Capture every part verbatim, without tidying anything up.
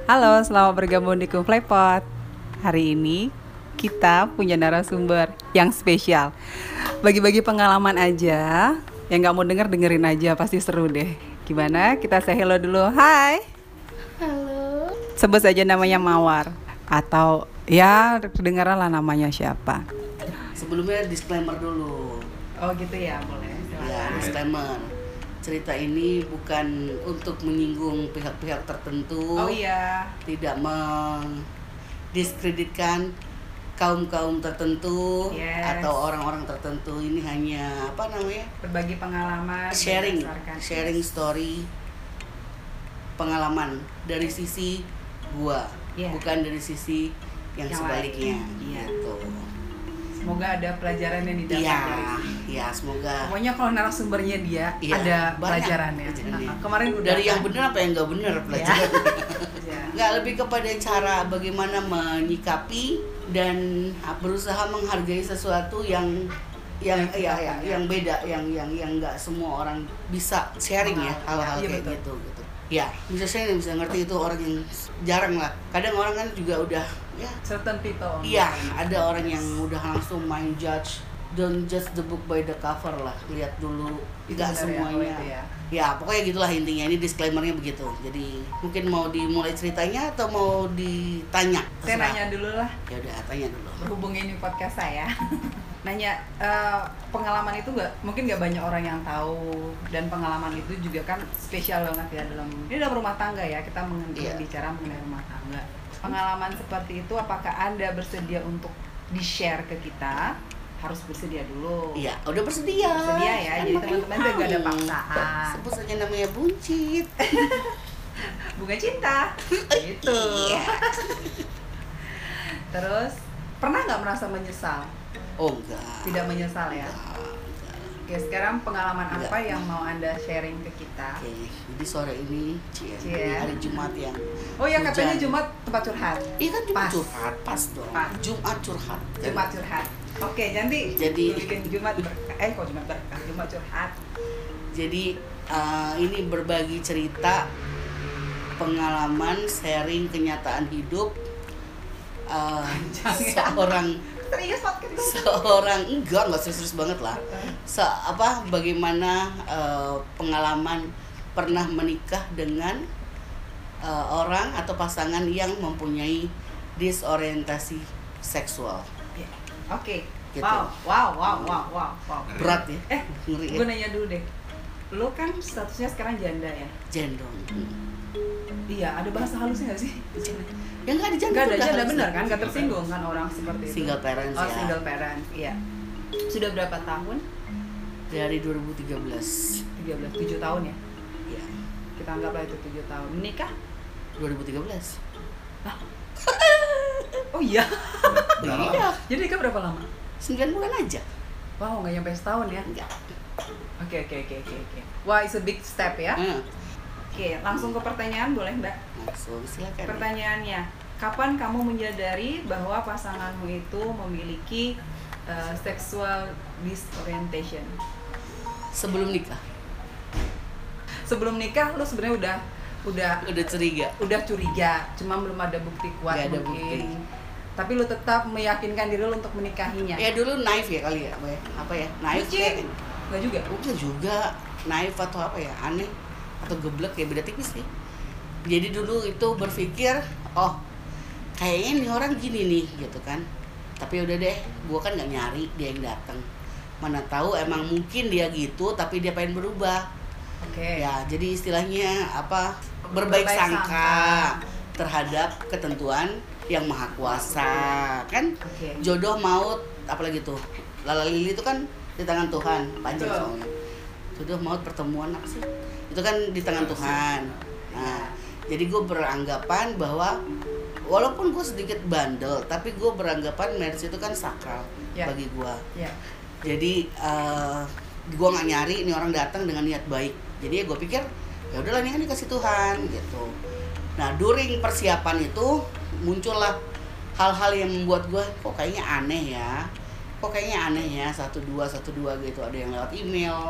Halo, selamat bergabung di Kuflepot. Hari ini kita punya narasumber yang spesial. Bagi-bagi pengalaman aja. Yang nggak mau denger dengerin aja, pasti seru deh. Gimana? Kita say hello dulu. Hai. Halo. Sebut saja namanya Mawar atau ya kedengaran lah namanya siapa. Sebelumnya disclaimer dulu. Oh gitu ya, boleh. Ya, disclaimer. Cerita ini bukan untuk menyinggung pihak-pihak tertentu. Oh iya. Tidak mendiskreditkan kaum-kaum tertentu Yes. atau orang-orang tertentu. Ini hanya apa namanya? Berbagi pengalaman, Sharing, berdasarkan- sharing story pengalaman dari sisi gua, Yeah. bukan dari sisi yang, Yang sebaliknya. lain. Iya. Gitu. Semoga ada pelajaran yang didapat Iya, dari sini. ya semoga. Pokoknya kalau narasumbernya dia Iya, ada banyak pelajarannya. pelajarannya. Nah, kemarin udah Dari yang kan? benar apa yang nggak benar pelajaran. Ya. Nggak, lebih kepada cara bagaimana menyikapi dan berusaha menghargai sesuatu yang yang Yang ya, kita ya, punya. yang beda, yang yang yang nggak semua orang bisa sharing ya, Mengalami. hal-hal Iya, kayak betul. gitu gitu. Ya, bisa sharing, bisa ngerti itu orang yang jarang lah. Kadang orang kan juga udah ya, Certain people. iya, ada orang yang udah langsung main judge. Don't judge the book by the cover lah. Lihat dulu, Itu nggak benar ya, semuanya. kalau itu ya. Ya, pokoknya gitulah intinya. Ini disclaimernya begitu. Jadi mungkin mau dimulai ceritanya atau mau ditanya? Saya Terserah. nanya dulu lah, Ya udah, tanya dulu. berhubung ini podcast saya. Nanya eh, pengalaman itu nggak mungkin nggak banyak orang yang tahu, dan pengalaman itu juga kan spesial banget ya dalam ini dalam rumah tangga ya, kita meng- Iya. bicara mengenai rumah tangga. Pengalaman seperti itu apakah Anda bersedia untuk di-share ke kita? Harus bersedia dulu. Iya, udah bersedia. Bersedia ya, Kan jadi makanya teman-teman tuh nggak ada tahu. paksaan. Sebut saja namanya buncit. Bunga cinta. Gitu. Iya. Terus pernah nggak merasa menyesal? Oh enggak. Tidak menyesal ya. Enggak, enggak. Oke, sekarang pengalaman Enggak. apa yang mau Anda sharing ke kita? Oke, jadi sore ini, cie, Cie. ini hari Jumat yang Oh ya, katanya hujan. Jumat tempat curhat. Iya kan Jumat Pas. curhat, pas dong. Pas. Jumat curhat. kan? Jumat curhat. Oke, nanti Jadi- lu bikin Jumat berkah. Eh, kok Jumat berkah? Jumat curhat. Jadi uh, ini berbagi cerita, pengalaman, sharing kenyataan hidup uh, Jangan. seorang Serius podcast itu? seorang enggak enggak serius banget lah. Se apa bagaimana uh, pengalaman pernah menikah dengan uh, orang atau pasangan yang mempunyai disorientasi seksual. Ya. Oke. Gitu. Wow, wow, wow, wow, wow, wow. Berat ya? Eh, Ngeri ya? gue nanya dulu deh. Lo kan statusnya sekarang janda ya? Jandong. Iya, ada bahasa halusnya nggak sih? Ya enggak ada janda. Nggak ada udah janda harus. benar kan? Nggak tersinggung kan orang seperti itu? Single parents Oh, ya. single parent, iya. Sudah berapa tahun? Dari dua ribu tiga belas. tiga belas, tujuh tahun ya? Ya, Kita anggaplah itu tujuh tahun. Menikah? dua ribu tiga belas. Oh iya. Iya. Jadi nikah berapa lama? sembilan bulan aja. Wow, nggak nyampe setahun ya? Enggak. Oke, oke, oke, oke, oke. Wah, it's a big step ya. Hmm. Oke, langsung ke pertanyaan boleh Mbak? Langsung silakan. Pertanyaannya, kapan kamu menyadari bahwa pasanganmu itu memiliki uh, sexual disorientation? Sebelum nikah. Sebelum nikah, lu sebenarnya udah udah Udah curiga. udah curiga, cuma belum ada bukti kuat Nggak ada mungkin. bukti. Tapi lu tetap meyakinkan diri lu untuk menikahinya. Ya dulu naif ya kali ya, apa ya? Apa ya? Naif Bucin. kayak Enggak juga. Bukan juga naif atau apa ya? Aneh atau geblek ya, beda tipis sih. Jadi dulu itu berpikir, oh kayaknya nih orang gini nih gitu kan. Tapi udah deh, gua kan nggak nyari, dia yang datang. Mana tahu emang mungkin dia gitu, tapi dia pengen berubah. Oke. Ya, jadi istilahnya apa? Berbaik, Berbaik sangka, sangka. terhadap ketentuan yang maha kuasa, kan? Oke. Jodoh maut, apalagi tuh. Lala lili itu kan di tangan Tuhan, panjang Betul. soalnya. Jodoh maut pertemuan apa sih? Itu kan di tangan Tuhan. Nah, jadi gue beranggapan bahwa walaupun gue sedikit bandel, tapi gue beranggapan marriage itu kan sakral Ya. bagi gue. Ya. Jadi uh, gue nggak nyari ini orang datang dengan niat baik. Jadi ya gue pikir ya udahlah ini kan dikasih Tuhan gitu. Nah, during persiapan itu muncullah hal-hal yang membuat gue kok kayaknya aneh ya. Kok kayaknya aneh ya, satu dua satu dua gitu. Ada yang lewat email,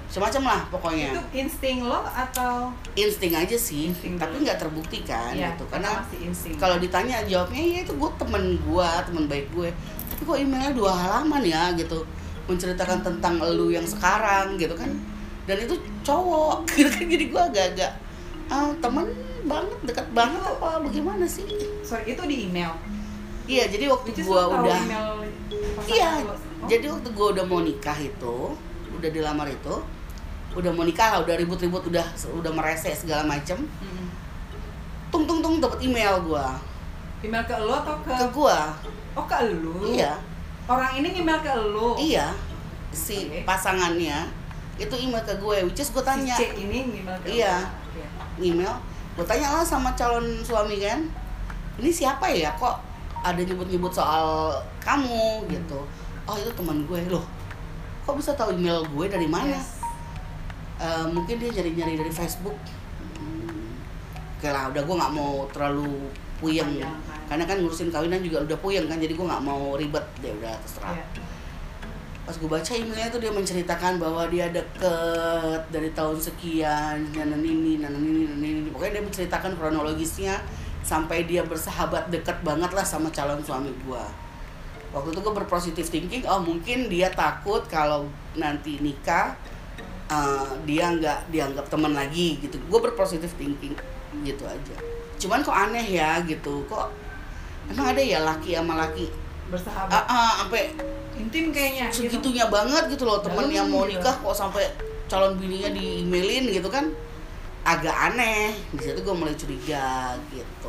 semacam lah pokoknya. Itu insting lo atau Insting aja sih, Insting tapi dulu. nggak terbukti kan Iya, gitu. Karena masih insting. kalau ditanya jawabnya ya itu gue temen gue, temen baik gue. Tapi kok emailnya dua halaman ya gitu, menceritakan tentang elu yang sekarang gitu kan. Dan itu cowok, gitu kan, jadi gue agak-agak ah, temen banget, dekat banget apa bagaimana sih? sorry itu di email. Iya, jadi waktu Which is gue lo tahu udah email pasangan Iya, lo? Oh, jadi waktu gue udah mau nikah itu, udah dilamar itu, udah mau nikah lah, udah ribut-ribut, udah udah merese segala macem. mm-mm. Tung tung tung dapat email gue, Email ke lo atau ke? ke gue. Oh ke lo? Iya, Orang ini email ke lo? iya, si Oke. pasangannya itu email ke gue, which is gue tanya, Si C ini email ke Iya. lo? Oke. email, gue tanya lah sama calon suami kan, ini siapa ya, kok ada nyebut-nyebut soal kamu gitu. Oh itu teman gue. Loh, kok bisa tahu email gue dari mana? Yes. Eh, mungkin dia nyari-nyari dari Facebook. Hmm, Oke lah, udah gue nggak mau terlalu puyeng, Panjang, kan. karena kan ngurusin kawinan juga udah puyeng kan, jadi gue nggak mau ribet deh, udah terserah. Iya. Pas gue baca emailnya tuh dia menceritakan bahwa dia deket dari tahun sekian, nanan ini, nanan ini, nanan ini. Pokoknya dia menceritakan kronologisnya sampai dia bersahabat deket banget lah sama calon suami gue. Waktu itu gue berpositif thinking, oh mungkin dia takut kalau nanti nikah uh, dia nggak dianggap teman lagi gitu. Gue berpositif thinking gitu aja. Cuman kok aneh ya gitu, kok emang ada ya laki sama laki Bersahabat. ah, ah, sampai Intim kayaknya. gitu. segitunya banget gitu loh, temen Dalam yang mau gitu. nikah kok sampai calon bininya di emailin gitu kan, agak aneh. Di situ gue mulai curiga gitu,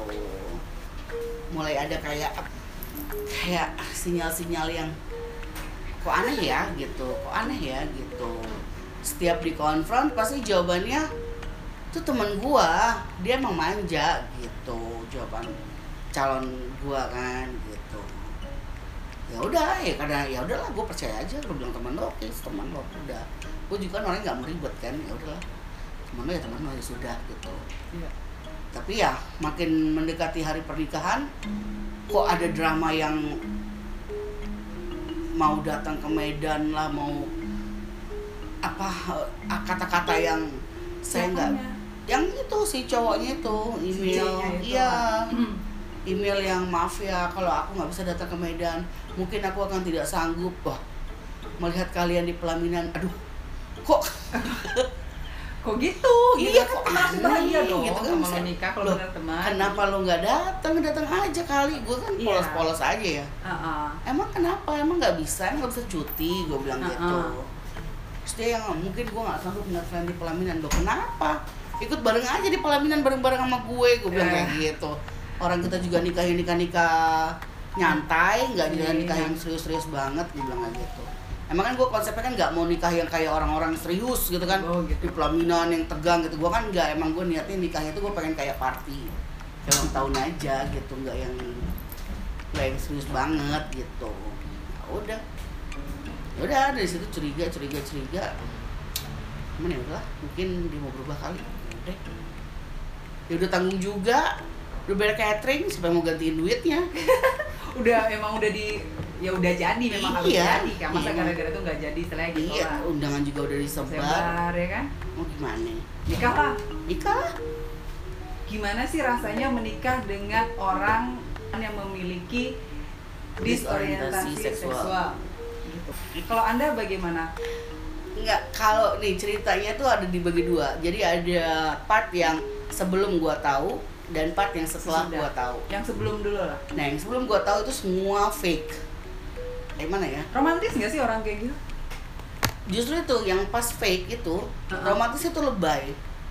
mulai ada kayak kayak sinyal-sinyal yang kok aneh ya gitu, kok aneh ya gitu. Setiap dikonfront pasti jawabannya itu temen gua, dia emang manja gitu, jawaban calon gua kan gitu. Ya udah ya karena ya udahlah, gue percaya aja, lu bilang teman lo, oke teman lo, udah. Gue juga kan orangnya nggak mau ribet kan, ya udahlah, teman lo ya teman lo, ya sudah gitu. Iya. Tapi ya makin mendekati hari pernikahan, kok ada drama yang mau datang ke Medan lah, mau apa eh, kata-kata yang saya nggak, Siapanya? yang itu si cowoknya itu email, C-nya itu. iya. Hmm. Email yang maaf ya kalau aku nggak bisa datang ke Medan, mungkin aku akan tidak sanggup wah melihat kalian di pelaminan. Aduh, kok Kok gitu? iya Gitu kok kan pasti bahagia dong gitu kan, sama lo maksudnya, nikah kalau loh, bener teman. kenapa lo nggak datang datang aja kali, gue kan Iya. polos-polos aja ya. Heeh. Emang kenapa, emang nggak bisa, emang nggak bisa cuti, gue bilang Uh-uh. gitu. Terus dia yang mungkin gue nggak sanggup ngeliat kalian di pelaminan. Lo kenapa, ikut bareng aja di pelaminan bareng-bareng sama gue, gue bilang Eh. kayak gitu. Orang kita juga nikah nikah nikah nyantai, nggak Iya. nikah yang serius-serius banget, gue bilang kayak gitu. Emang kan gue konsepnya kan nggak mau nikah yang kayak orang-orang serius gitu kan, Oh, gitu. di pelaminan yang tegang gitu. Gue kan nggak, emang gue niatnya nikahnya tuh gue pengen kayak party, kayak ulang tahun aja gitu, nggak yang nggak yang serius banget gitu. Ya udah, ya udah dari situ curiga curiga curiga. Cuman ya udahlah, mungkin dia mau berubah kali. Ya udah, ya udah tanggung juga, udah bayar catering, siapa yang mau gantiin duitnya? Udah emang udah di ya udah jadi memang harus Iya. jadi kan, masa Iya. gara-gara tuh nggak jadi setelah gitu Iya, lah. undangan juga udah disebar. Sebar ya kan. Mau gimana? Nikah lah. Nikah lah. Gimana sih rasanya menikah dengan orang yang memiliki disorientasi Disorientasi seksual? seksual. Gitu. Kalau Anda bagaimana? Enggak, kalau nih ceritanya tuh ada dibagi dua. Jadi ada part yang sebelum gua tahu dan part yang setelah Sesudah. gua tahu. Yang sebelum dulu lah. Nah, yang sebelum gua tahu itu semua fake. Kayak mana ya? Romantis nggak sih orang kayak gitu? Justru itu yang pas fake itu, Uh-uh. romantis itu lebay.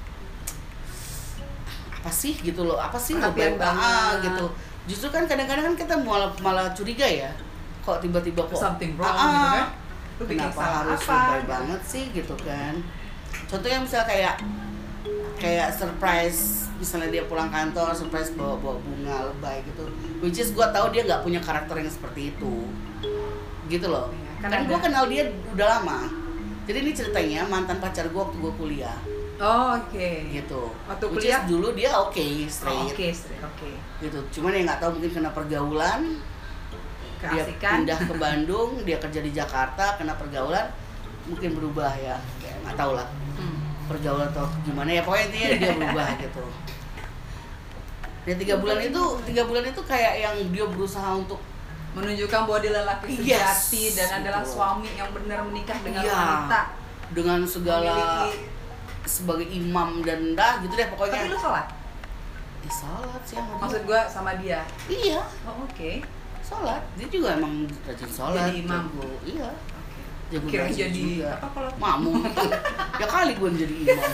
Apa sih gitu loh? Apa sih Perhatian lebay banget banget. gitu. Justru kan kadang-kadang kan kita malah malah curiga ya. Kok tiba-tiba kok Something wrong Ah, gitu kan? Lu bikin kenapa salah harus apa? lebay gitu. banget sih gitu kan. Contohnya misal kayak kayak surprise, misalnya dia pulang kantor surprise bawa bawa bunga lebay gitu, which is gue tahu dia nggak punya karakter yang seperti itu gitu loh. Iya, kan Kan gue ada- kenal dia udah lama, jadi ini ceritanya mantan pacar gue waktu gue kuliah Oh, oke. gitu. Waktu Which kuliah? is dulu dia oke Oh, straight Oke, straight, oke. gitu, cuman ya nggak tahu mungkin kena pergaulan, dia Keasikan. pindah ke Bandung, dia kerja di Jakarta, kena pergaulan, mungkin berubah ya. Kayak nggak tahu lah Hmm. pergaulan atau gimana ya, pokoknya intinya dia berubah gitu. Ya tiga bulan itu tiga bulan itu kayak yang dia berusaha untuk Menunjukkan bahwa dia lelaki Yes, sejati dan adalah betul. suami yang benar menikah dengan Iya. wanita. dengan segala Memiliki- sebagai imam dan dah gitu deh pokoknya. Tapi lu sholat? Eh, sholat sih sama dia. Maksud gua sama dia? Iya, Oh oke. sholat. Dia juga emang rajin sholat. Jadi imam. jago. Iya. Jago Kira ngaji jadi juga. apa kalau? Makmum. Ya kali gue jadi imam.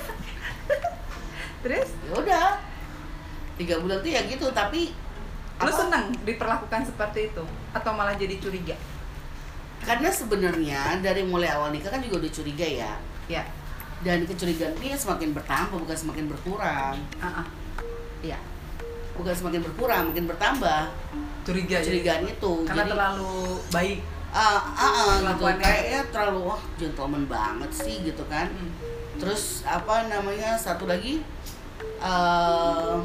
Terus? Ya udah. Tiga bulan tuh ya gitu, tapi Lu apa- seneng diperlakukan seperti itu? Atau malah jadi curiga? Karena sebenarnya dari mulai awal nikah kan juga udah curiga ya. Ya. Dan kecurigaan dia semakin bertambah bukan semakin berkurang. Ah, ah. Iya. Bukan semakin berkurang, makin bertambah. Curiga. jadi. Kecurigaan itu. Karena Jadi terlalu baik. ah ah, ah, gitu Kelakuannya. kayaknya terlalu wah gentleman banget sih gitu kan. Hmm. Terus apa namanya satu lagi eh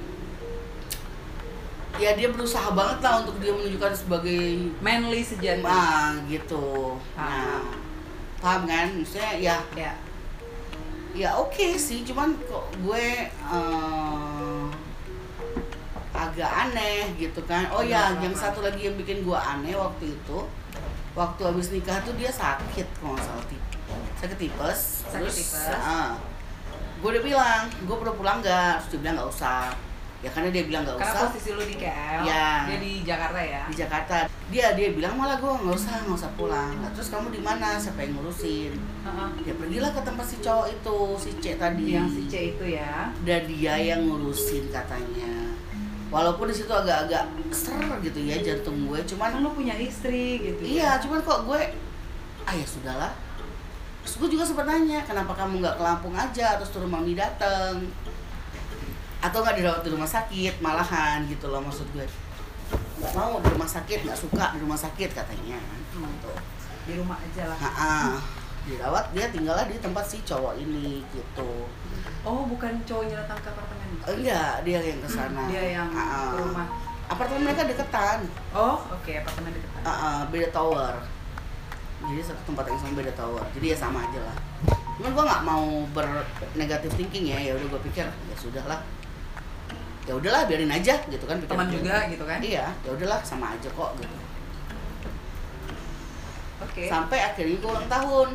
ya dia berusaha banget lah untuk dia menunjukkan sebagai Manly sejati. ah gitu. Ah. Nah, paham kan? Maksudnya ya Ya. ya oke sih, cuman kok gue eh, agak aneh gitu kan. Oh ya, Kenapa? yang satu lagi yang bikin gue aneh waktu itu, waktu habis nikah tuh dia sakit kalau nggak salah tip, sakit tipes. Sakit Terus tipes. ah, gue udah bilang, gue perlu pulang nggak? Terus dia bilang nggak usah. Ya karena dia bilang nggak Karena usah. posisi lu di K L, Ya. dia di Jakarta ya. Di Jakarta dia dia bilang malah gue nggak usah nggak usah pulang. Nah, terus kamu di mana? Siapa yang ngurusin? Heeh. Ya pergilah ke tempat si cowok itu, si C tadi. Yang si C itu ya. Dan dia yang ngurusin katanya. Walaupun di situ agak-agak ser gitu ya jantung gue, Kan cuman lu punya istri gitu. iya, cuman kok gue ah ya sudahlah. Terus gue juga sempat nanya, kenapa kamu nggak ke Lampung aja terus turun mami dateng, atau nggak dirawat di rumah sakit malahan gitu loh, maksud gue nggak mau di rumah sakit, nggak suka di rumah sakit katanya. Hmm. Gitu. Di rumah aja lah. Ha-ha. Dirawat, dia tinggallah di tempat si cowok ini gitu. Oh, bukan cowoknya datang ke apartemen. Eh, Enggak, dia yang kesana. Dia yang Ha-ha. ke rumah. Apartemen mereka deketan. Oh, oke, apartemen dekat. Uh, uh, beda tower, jadi satu tempat yang sama beda tower, jadi ya sama aja lah. Cuman gue nggak mau bernegatif thinking ya, ya udah gue pikir ya sudahlah, ya udahlah biarin aja gitu kan. pikir Teman gue. juga gitu kan? Iya, ya udahlah sama aja kok gitu. Oke. Sampai akhirnya gue ulang tahun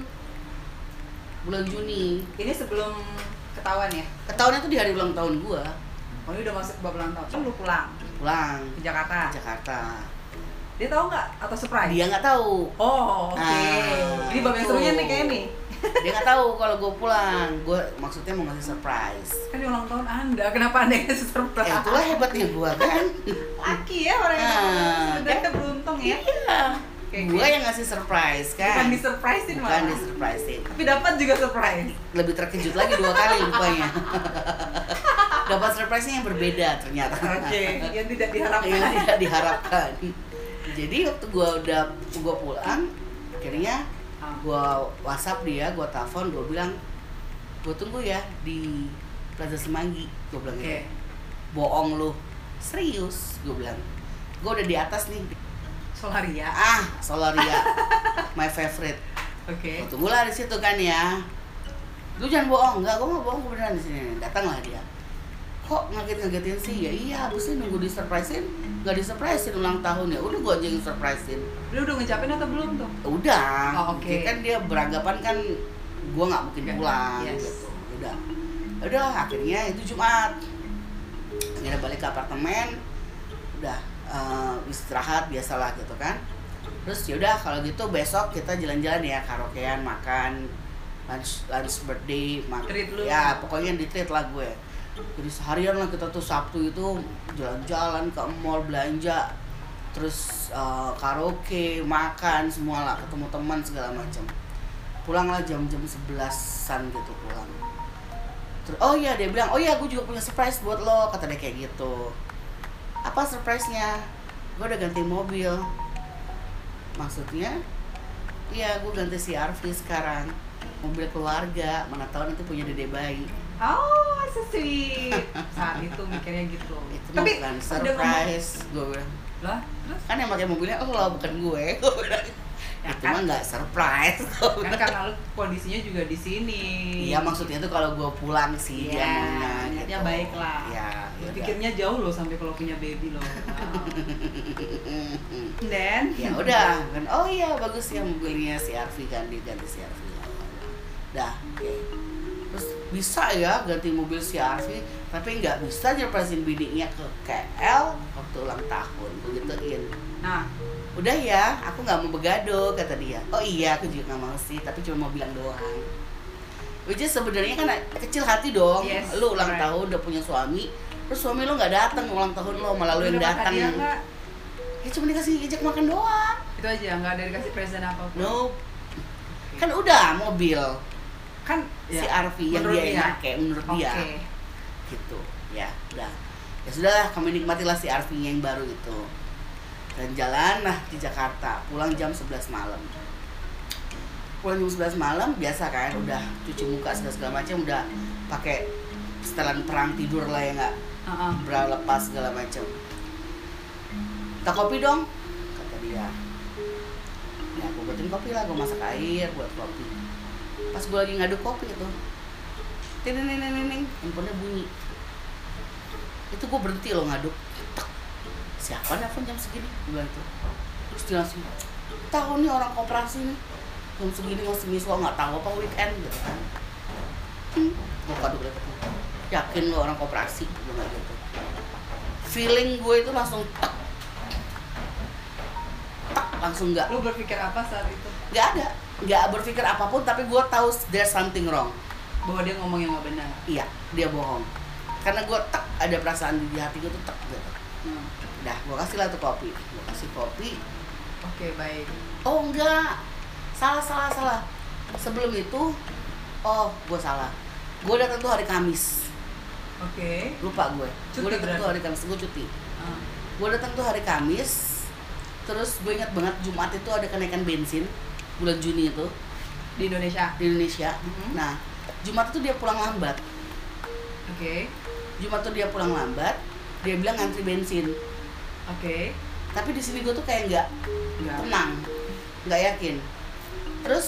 bulan Juni. Ini sebelum ketahuan ya? Ketahuannya tuh di hari ulang tahun gue, Oh, ini udah masuk ke babak ulang tahun. Kan lu pulang pulang ke Jakarta. ke Jakarta. Dia tahu nggak atau surprise? Dia nggak tahu. Oh, oke. Ah, Ini bab yang itu. serunya nih kayak nih. Dia nggak tahu kalau gue pulang. Gue maksudnya mau ngasih surprise. Kan ini ulang tahun Anda, kenapa Anda yang ngasih surprise? Ya itulah hebatnya gue kan. Laki ya orang yang Ah, sebenarnya beruntung ya. Iya. Kayak Gue gitu. yang ngasih surprise kan. Bukan di surprisein Bukan malah. di surprisein. Tapi dapat juga surprise. Lebih terkejut lagi dua kali rupanya. Dapat surprise-nya yang berbeda ternyata. Oke, yang tidak diharapkan. Yang tidak diharapkan. Jadi waktu gue udah gue pulang, akhirnya gue WhatsApp dia, gue telepon, gue bilang gue tunggu ya di Plaza Semanggi. Gue bilang Oke. gitu. Bohong lu, serius gue bilang. Gue udah di atas nih. Solaria. Ah, Solaria, my favorite. Oke. Gue tunggulah di situ kan ya. Lu jangan bohong, enggak, gue nggak bohong, gue beneran di sini. Datanglah dia. Kok ngaget-ngagetin sih? Ya iya, abisnya nunggu di surprisein, nggak di surprisein ulang tahun ya. Udah gue aja yang surprisein. Lu udah ngucapin atau belum tuh? Udah. Oh, oke. Jadi kan dia beranggapan kan gue nggak mungkin Nggak, pulang yes. gitu. Udah. Udah akhirnya itu Jumat. Akhirnya balik ke apartemen. Udah eh, istirahat biasalah gitu kan. Terus yaudah kalau gitu besok kita jalan-jalan ya, karaokean, makan, lunch lunch birthday, makan. Treat lu. Ya pokoknya di treat lah gue. Jadi seharian lah kita tuh Sabtu itu jalan-jalan ke mall belanja, terus eh, karaoke, makan semua lah, ketemu teman segala macam. Pulanglah jam-jam sebelasan gitu pulang. Terus oh iya dia bilang, oh iya gue juga punya surprise buat lo, kata dia kayak gitu. Apa surprise-nya? Gue udah ganti mobil. Maksudnya? Iya gue ganti C R V sekarang, mobil keluarga, mana tahu nanti punya dede bayi. Oh, so sweet. Saat itu mikirnya gitu. Itu mah bukan udah surprise, gue bilang. ngomong- Lah, terus Kan yang pakai mobilnya lo bukan gue. Gue bilang. Ya itu kan? mah nggak surprise. Kan karena lu kondisinya juga di sini. Iya, maksudnya tuh kalau gue pulang sih dia Iya, maunya niatnya gitu. baik lah. Iya, Lu yaudah. pikirnya jauh loh sampai kalau punya baby loh. Wow. Dan Ya udah kan, oh iya bagus ya mobilnya C R V kan, diganti C R V. Dah, oke. Terus bisa ya ganti mobil C R V, tapi nggak bisa nyerpresin bininya ke K L waktu ulang tahun, begituin. nah, Udah ya, aku nggak mau begado kata dia. Oh iya, aku juga nggak mau sih, tapi cuma mau bilang doang. Which is sebenarnya kan kecil hati dong. Yes, Lu ulang correct. tahun udah punya suami, terus suami lu nggak datang ulang tahun lo, malah lu yang udah makan datang. dia nggak? Ya cuma dikasih ijak makan doang. Itu aja, nggak ada dikasih present apapun. No, kan udah mobil Kan C ya, R V yang menurut dia pakai menurut Oke. dia, gitu. Ya, udah. Ya sudahlah, kami nikmatilah C R V-nya yang baru itu. Dan jalan lah di Jakarta, pulang jam sebelas malam. Pulang jam sebelas malam biasa kan, udah cuci muka segala segala macam, udah pakai setelan perang tidur lah ya nggak, Uh-uh. bra lepas segala macam. Tak kopi dong, kata dia. Ya aku buatin kopi lah, gue masak air buat kopi. Pas gue lagi ngaduk kopi itu, ting ting ting ting ting, handphonenya bunyi. Itu gue berhenti loh ngaduk. Tek. Siapa nelfon jam segini? Gue bilang itu. Terus dia langsung, tahu nih orang koperasi nih, jam segini masih miswa, nggak tahu apa weekend gitu kan. Hmm. Gue kaduk lagi. Yakin lo orang koperasi? Gue nggak gitu. Feeling gue itu langsung tek, tek langsung nggak. Lu berpikir apa saat itu? Nggak ada, nggak berpikir apapun, tapi gue tahu there's something wrong. Bahwa dia ngomong yang nggak benar. Iya, dia bohong. Karena gue tek, ada perasaan di hati gue tuh tek gitu. Hmm. Udah, gue kasih lah tuh kopi, gue kasih kopi. Oke, baik. Oh enggak, salah salah salah. Sebelum itu, oh gue salah. Gue datang tuh hari Kamis, Oke. lupa gue. Cuti Gue datang tuh berarti? hari Kamis, gue cuti. Ah. Gue datang tuh hari Kamis. Terus gue ingat banget Jumat itu ada kenaikan bensin bulan Juni itu Di Indonesia. di Indonesia. Mhm. Nah, Jumat itu dia pulang lambat. Oke. Jumat tuh dia pulang lambat, dia bilang ngantri bensin. Oke. Tapi di sini gue tuh kayak nggak Enggak. tenang, nggak yakin. Terus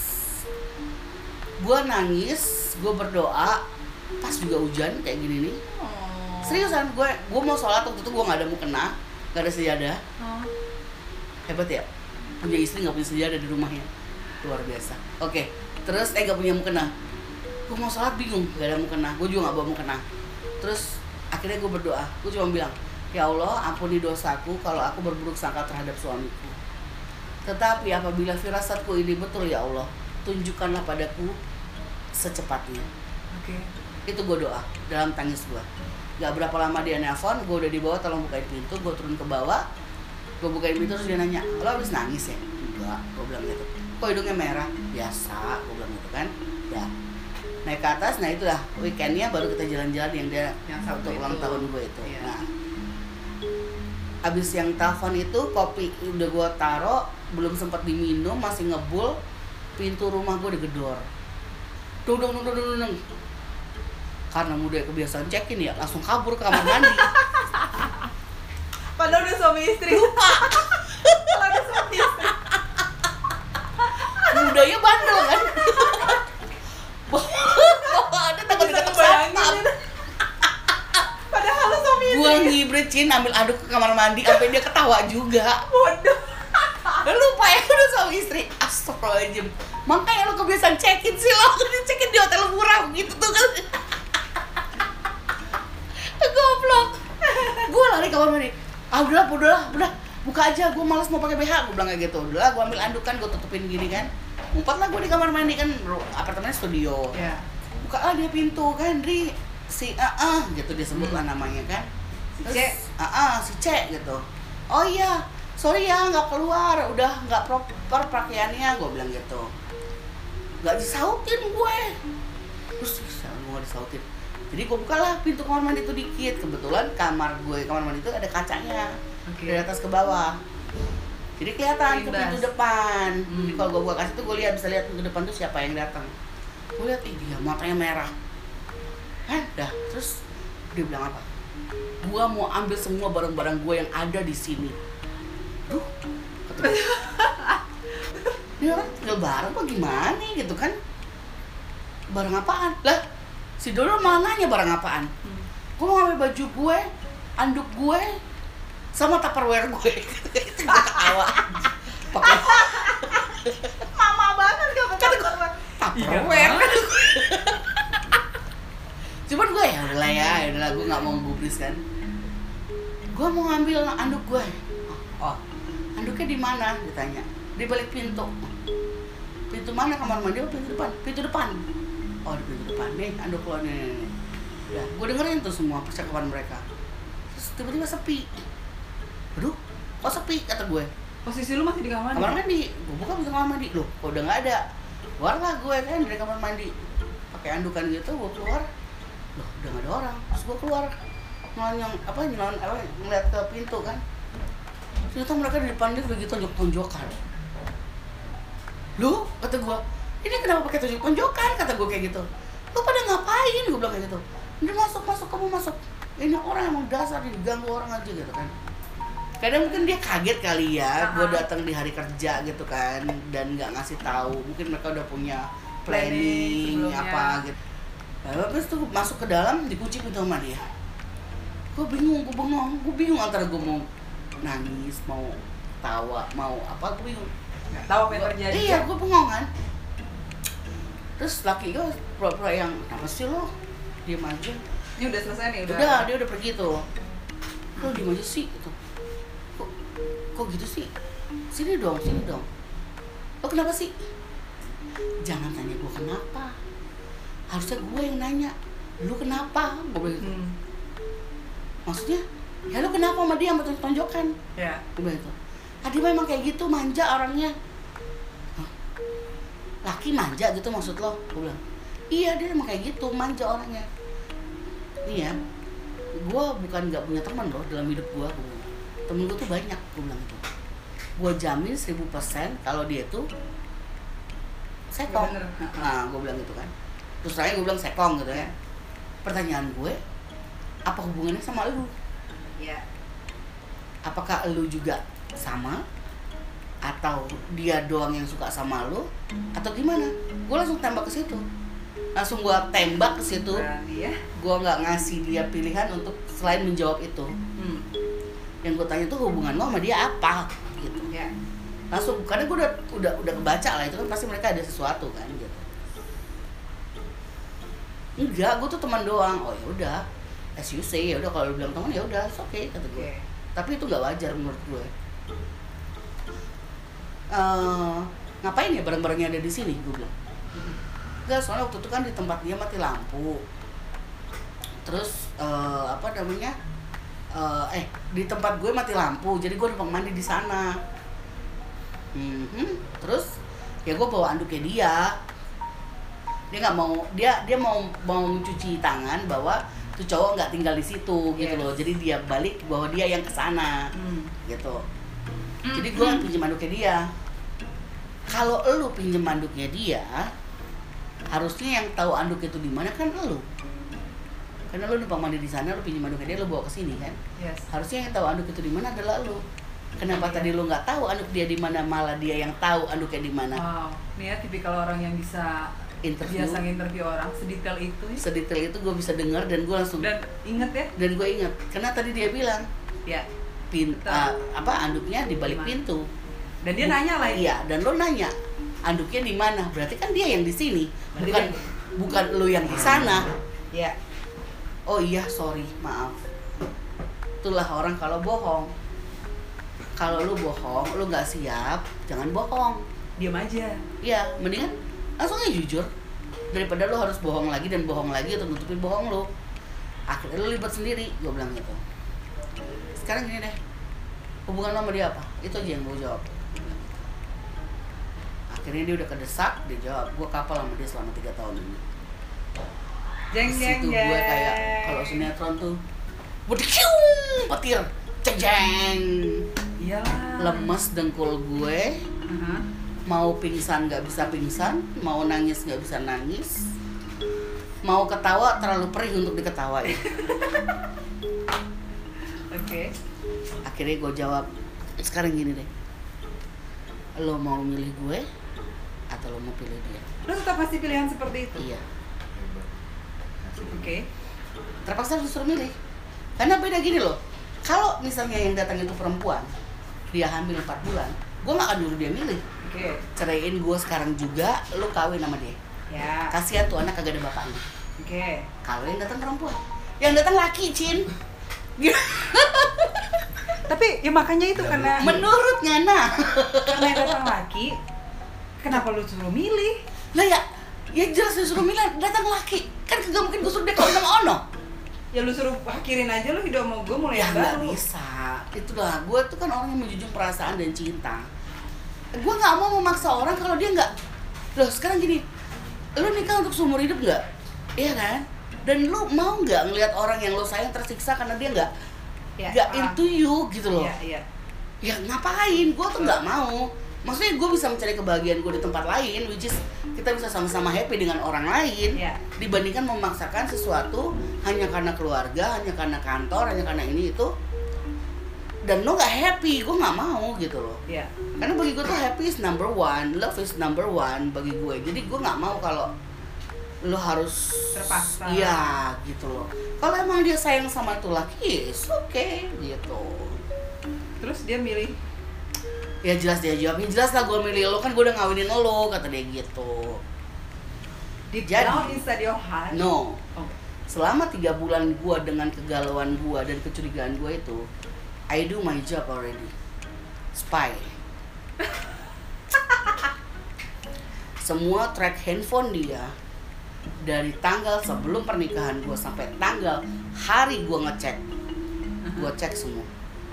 gue nangis, gue berdoa, pas juga hujan kayak gini nih. Oh. Seriusan, gue gue mau sholat waktu itu gue nggak ada mukena, nggak ada sejadah. Oh. Hebat ya, punya istri nggak punya sejadah di rumahnya, luar biasa. Oke, terus eh nggak punya mukena, gue mau sholat bingung, nggak ada mukena, gue juga nggak bawa mukena. Terus akhirnya gue berdoa, gue cuma bilang, ya Allah ampuni dosaku kalau aku berburuk sangka terhadap suamiku. Tetapi apabila firasatku ini betul ya Allah, tunjukkanlah padaku secepatnya. Oke. Itu gue doa dalam tangis gue. Gak berapa lama dia nelpon, gue udah di bawah, tolong bukain pintu. Gue turun ke bawah, gue bukain pintu terus dia nanya, lo habis nangis ya? Enggak, gue bilang gitu. Kok hidungnya merah? Biasa, gue bilang gitu kan. Ya, naik ke atas, nah itulah weekendnya baru kita jalan-jalan yang dia Yang Sabtu untuk ulang itu. tahun gue itu. Iya. Nah, abis yang telepon itu kopi udah gue taro, belum sempat diminum, masih ngebul, pintu rumah gue digedor. Dung dung dung dung dung dung. Karena muda kebiasaan check-in ya, langsung kabur ke kamar mandi. Padahal udah suami istri. Lupa, Padahal udah suami istri. mudanya bandel kan. Bawa ada takut Bisa diketok ngebayangin. satpam. Padahal lu suami istri. Gua ngibrecin ambil aduk ke kamar mandi sampai dia ketawa juga. Bodoh. Lupa ya udah suami istri. Astagfirullahaladzim. Makanya lo kebiasaan check-in sih lo, di check-in di hotel murah gitu tuh kan. Goblok. Gue lari kamar mandi. Ah udahlah, udahlah, udah buka aja. Gue malas mau pakai B H. Gue bilang kayak gitu. Udahlah, gue ambil andukan, gue tutupin gini kan. Ngumpet lah gue di kamar mandi kan, apartemennya studio. Ya. Buka lah dia pintu kan, Ri. Si A A gitu dia sebut lah namanya kan. Si Terus, C. A A si C gitu. Oh iya, sorry ya nggak keluar, udah nggak proper pakaiannya, gue bilang gitu. Nggak disautin gue. Terus gue nggak disautin. Jadi gue bukalah pintu kamar mandi itu dikit. Kebetulan kamar gue, kamar mandi itu ada kacanya. Oke. Dari atas ke bawah. Jadi kelihatan ke Bebas. pintu depan. Hmm. Jadi kalau gue buka kasih tuh gue lihat, bisa lihat ke depan tuh siapa yang datang. Gue lihat, ih dia matanya merah. Hah, dah. Terus dia bilang apa? Gua mau ambil semua barang-barang gue yang ada di sini. Duh, kata gue. ini orang tinggal bareng apa gimana gitu kan, barang apaan lah, si Dodo malah nanya barang apaan. hmm. Gue mau ngambil baju gue, anduk gue, sama tupperware gue. Itu gue ketawa pakai Mama banget gak pakai tupperware kan. Cuman gue ya udahlah ya, ya udahlah gue nggak mau gubris kan. Gue mau ngambil anduk gue. Oh, anduknya di mana? Ditanya. Di balik pintu. Pintu mana, kamar mandi atau pintu depan? Pintu depan. Oh, di pintu depan nih, anduk lo nih. nih, nih. Ya, gue dengerin tuh semua percakapan mereka. Terus tiba-tiba sepi. Aduh, kok sepi kata gue. Posisi lu masih di kamar mandi? Kamar mandi. Gue buka pintu kamar mandi. Loh, kok udah nggak ada. Keluarlah gue kan dari kamar mandi. Pakai andukan gitu, gue keluar. Loh, udah nggak ada orang. Terus gue keluar. Nyelon apa nyelon apa ngeliat ke pintu kan. Ternyata mereka di depan dia lagi tonjok-tonjokan. Lu, kata gue, ini kenapa pakai tonjok-tonjokan? Kata gue kayak gitu. Lu pada ngapain? Gue bilang kayak gitu. Udah masuk, masuk, kamu masuk. Ini orang emang dasar, diganggu orang aja gitu kan. Kadang mungkin dia kaget kali ya, gue datang di hari kerja gitu kan, dan nggak ngasih tahu. Mungkin mereka udah punya planning, planning apa gitu. Lalu habis tuh masuk ke dalam, dikunci pintu sama dia. Gue bingung, gue bengong, gue bingung antara gue mau nangis, mau tawa, mau apa, gue bingung. Nggak tahu apa yang terjadi. Iya, gue bengong kan. Terus laki gue pura-pura yang, apa sih lo? Diem aja. Ini udah selesai nih, udah. Udah, dia udah pergi tuh. Lo diem aja sih, gitu. Kok, kok gitu sih? Sini dong, sini dong. Lo kenapa sih? Jangan tanya gue kenapa. Harusnya gue yang nanya. Lu kenapa? Gue bilang gitu. Hmm. Maksudnya, ya lu kenapa sama dia sama tonjokan? Ya. Gue bilang gitu. Ah, dia memang kayak gitu, manja orangnya. Hah? Laki manja gitu maksud lo? Gue bilang, iya dia emang kayak gitu, manja orangnya. Iya, gue bukan nggak punya teman loh dalam hidup gue. Temen gue tuh banyak, gue bilang gitu. Gue jamin seribu persen kalau dia tuh sekong. Nah, gue bilang gitu kan. Terus terakhir gue bilang sekong gitu ya. Pertanyaan gue, apa hubungannya sama lu? Iya. Apakah lu juga sama? Atau dia doang yang suka sama lu? Atau gimana? Gue langsung tembak ke situ. Langsung gue tembak ke situ. Ya. Gue nggak ngasih dia pilihan untuk selain menjawab itu. Hmm. Yang gue tanya tuh hubungan lo sama dia apa? Gitu. Ya. Langsung, karena gue udah udah udah kebaca lah itu kan pasti mereka ada sesuatu kan gitu. Enggak, gue tuh teman doang. Oh ya udah, as you say, ya udah kalau lu bilang teman ya udah, oke okay, kata gue. Okay. Tapi itu nggak wajar menurut gue. Uh, ngapain ya barang-barangnya ada di sini? Gue bilang. Enggak, soalnya waktu itu kan di tempat dia mati lampu. Terus uh, apa namanya? Uh, eh di tempat gue mati lampu, jadi gue numpang mandi di sana. Hmm, terus ya gue bawa anduknya dia. Dia nggak mau, dia dia mau mau mencuci tangan bahwa tuh cowok nggak tinggal di situ gitu yes. loh. Jadi dia balik bahwa dia yang kesana hmm. gitu. Jadi gue pinjam anduknya dia. Kalau elu pinjam anduknya dia, harusnya yang tahu anduk itu di mana kan elu. Karena lu numpang mandi di sana, lu pinjam anduknya dia, lu bawa ke sini kan. Yes. Harusnya yang tahu anduk itu di mana adalah lu. Kenapa yeah. tadi lu nggak tahu anduk dia di mana, malah dia yang tahu anduknya di mana? Wow, nih ya tipikal orang yang bisa interview, biasa interview orang sedetail itu. Ya? Sedetail itu gue bisa dengar dan gue langsung. Dan inget ya? Dan gue inget, karena tadi dia bilang, ya. Pin, uh, apa anduknya di balik pintu. Dan dia nanya lah. Iya, dan lo nanya anduknya di mana? Berarti kan dia yang di sini, bukan dia. bukan lo yang di sana. Ya. Oh iya, sorry, maaf. Itulah orang kalau bohong. Kalau lu bohong, lu nggak siap, jangan bohong. Diam aja. Iya, mendingan langsung aja jujur. Daripada lu harus bohong lagi dan bohong lagi untuk nutupin bohong lu. Akhirnya lu libat sendiri, gue bilang gitu. Sekarang gini deh, hubungan lo sama dia apa? Itu aja yang gue jawab. Akhirnya dia udah kedesak, dia jawab, gue kapal sama dia selama tiga tahun ini. Jeng jeng jeng. Gue kayak kalau sinetron tuh, bodikiu, petir, jeng jeng. Iyalah. Lemes dengkul gue. Uh-huh. Mau pingsan nggak bisa pingsan, mau nangis nggak bisa nangis, mau ketawa terlalu perih untuk diketawain. Oke. Okay. Akhirnya gue jawab, sekarang gini deh, lo mau milih gue atau lo mau pilih dia. Lo tetap masih pilihan seperti itu? Iya. Oke. Okay. Terpaksa harus disuruh milih. Karena beda gini loh. Kalau misalnya yang datang itu perempuan, dia hamil empat bulan, gue gak akan nyuruh dia milih. Oke. Okay. Ceraiin gue sekarang juga, lo kawin sama dia. Ya. Kasihan tuh anak kagak ada bapaknya. Oke. Okay. Kalau yang datang perempuan, yang datang laki, Cin. Tapi ya makanya itu karena menurut Ngana, karena yang datang laki, kenapa lu suruh milih? Lah ya, ya jelas disuruh milih datang laki. Kan kagak mungkin gue suruh dia kawin sama Ono. Ya lu suruh akhirin aja lu hidup sama gue mulai Ya yang nggak baru. bisa. Itulah, gue tuh kan orang yang menjunjung perasaan dan cinta. Gue nggak mau memaksa orang kalau dia nggak. Loh sekarang gini, lu nikah untuk seumur hidup nggak? Iya kan? Dan lu mau nggak ngelihat orang yang lu sayang tersiksa karena dia nggak Ya, nggak ah. into you gitu loh. Iya, iya. Ya ngapain? Gue tuh nggak mau. Maksudnya gue bisa mencari kebahagiaan gue di tempat lain, which is kita bisa sama-sama happy dengan orang lain, Iya. dibandingkan memaksakan sesuatu hanya karena keluarga, hanya karena kantor, hanya karena ini itu. Dan lo nggak happy, gue nggak mau gitu loh. Iya. Karena bagi gue tuh happy is number one, love is number one bagi gue. Jadi gue nggak mau kalau lo harus Terpaksa. Iya gitu loh. Kalau emang dia sayang sama itu laki, it's okay gitu. Terus dia milih. Ya jelas dia jawab, ya jelas lah gue milih lo, kan gue udah ngawinin lo, kata dia gitu. Deep Jadi- down inside your heart. No, Oh. selama tiga bulan gue dengan kegalauan gue dan kecurigaan gue itu, I do my job already. Spy. Semua track handphone dia dari tanggal sebelum pernikahan gue sampai tanggal hari gue ngecek, gue cek semua.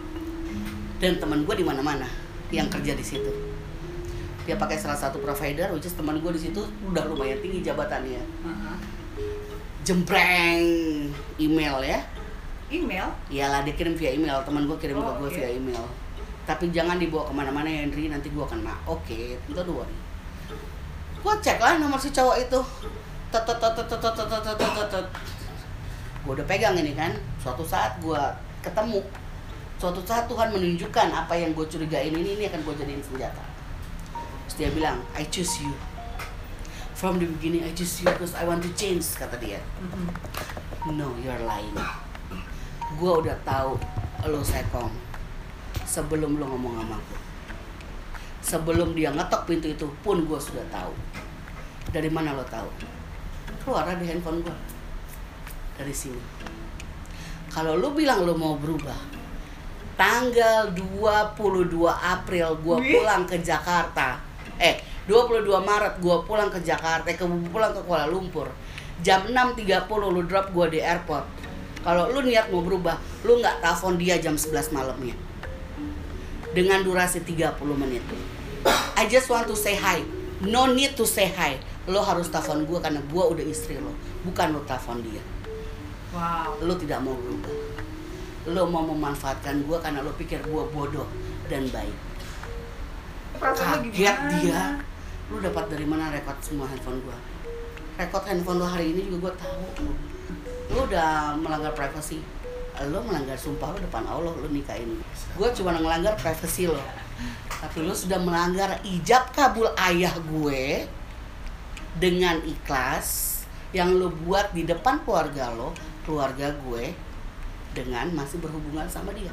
Dan teman gue di mana-mana yang kerja di situ. Dia pakai salah satu provider, which is teman gue di situ udah lumayan tinggi jabatannya. Uh-huh. Jembreng email ya. Email. Iyalah dia kirim via email, teman gue kirim Oh, ke gue oke. via email. Tapi jangan dibawa kemana-mana ya Henry, nanti gue kena. Oke, itu dua. Gue cek lah nomor si cowok itu. Tet tet tet tet tet tet tet tet tet. Gue udah pegang ini kan. Suatu saat gue ketemu. Suatu saat Tuhan menunjukkan apa yang gue curigain ini, ini akan gue jadiin senjata. Terus dia bilang, I choose you. From the beginning I choose you because I want to change, kata dia. Mhm. No, you're lying. Gua udah tahu lo sekong sebelum lo ngomong sama gue. Sebelum dia ngetok pintu itu pun gue sudah tahu. Dari mana lo tahu? Keluar di handphone gue. Dari sini. Kalau lo bilang lo mau berubah, tanggal dua puluh dua April gue Wih. pulang ke Jakarta. Eh, dua puluh dua Maret gue pulang ke Jakarta, ke pulang ke Kuala Lumpur. Jam enam tiga puluh lu drop gue di airport. Kalau lu niat mau berubah, lu nggak telepon dia jam sebelas malamnya. Dengan durasi tiga puluh menit. I just want to say hi. No need to say hi. Lo harus telepon gue karena gue udah istri lo, bukan lo telepon dia. Wow. Lo tidak mau berubah. Lo mau memanfaatkan gue karena lo pikir gue bodoh dan baik. Perasaan lu Kaget gimana? dia. Lu dapat dari mana rekod semua handphone gua? Rekod handphone lu hari ini juga gua tahu. Lu udah melanggar privasi. Lu melanggar sumpah lu depan Allah, lu nikahin. Gua cuma melanggar privasi lo. Tapi lu sudah melanggar ijab kabul ayah gue dengan ikhlas yang lu buat di depan keluarga lo, keluarga gue, dengan masih berhubungan sama dia.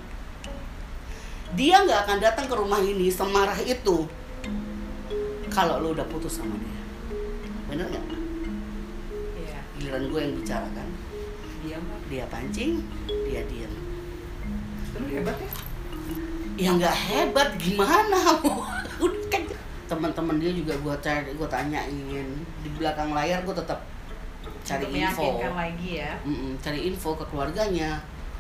Dia nggak akan datang ke rumah ini semarah itu kalau lo udah putus sama dia. Bener nggak? Iya. Giliran gue yang bicara kan. Dia mah. Dia pancing, dia diam. Lu hebat ya? Ya nggak hebat gimana? Udah kan teman-teman dia juga gue cari, gue tanyain di belakang layar, gue tetap cari Untuk info. meyakinkan lagi ya. Mm-mm, cari info ke keluarganya.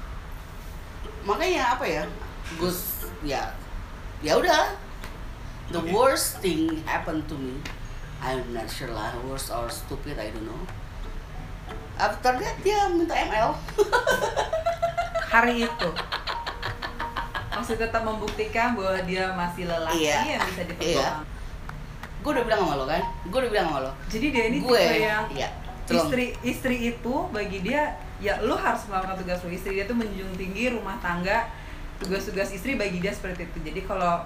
Makanya apa ya? Gus ya ya udah, the worst thing happened to me. I'm not sure lah, worst or stupid, I don't know. After that dia minta M L. Hari itu masih tetap membuktikan bahwa dia masih lelaki Iya. yang bisa diperjuangkan. Gue udah bilang sama lo kan, gue udah bilang sama lo. Jadi dia ini Gue, tipe yang iya, tolong. istri istri itu bagi dia ya lu harus melakukan tugas lu. Istri dia tuh menjunjung tinggi rumah tangga, tugas-tugas istri bagi dia seperti itu. Jadi kalau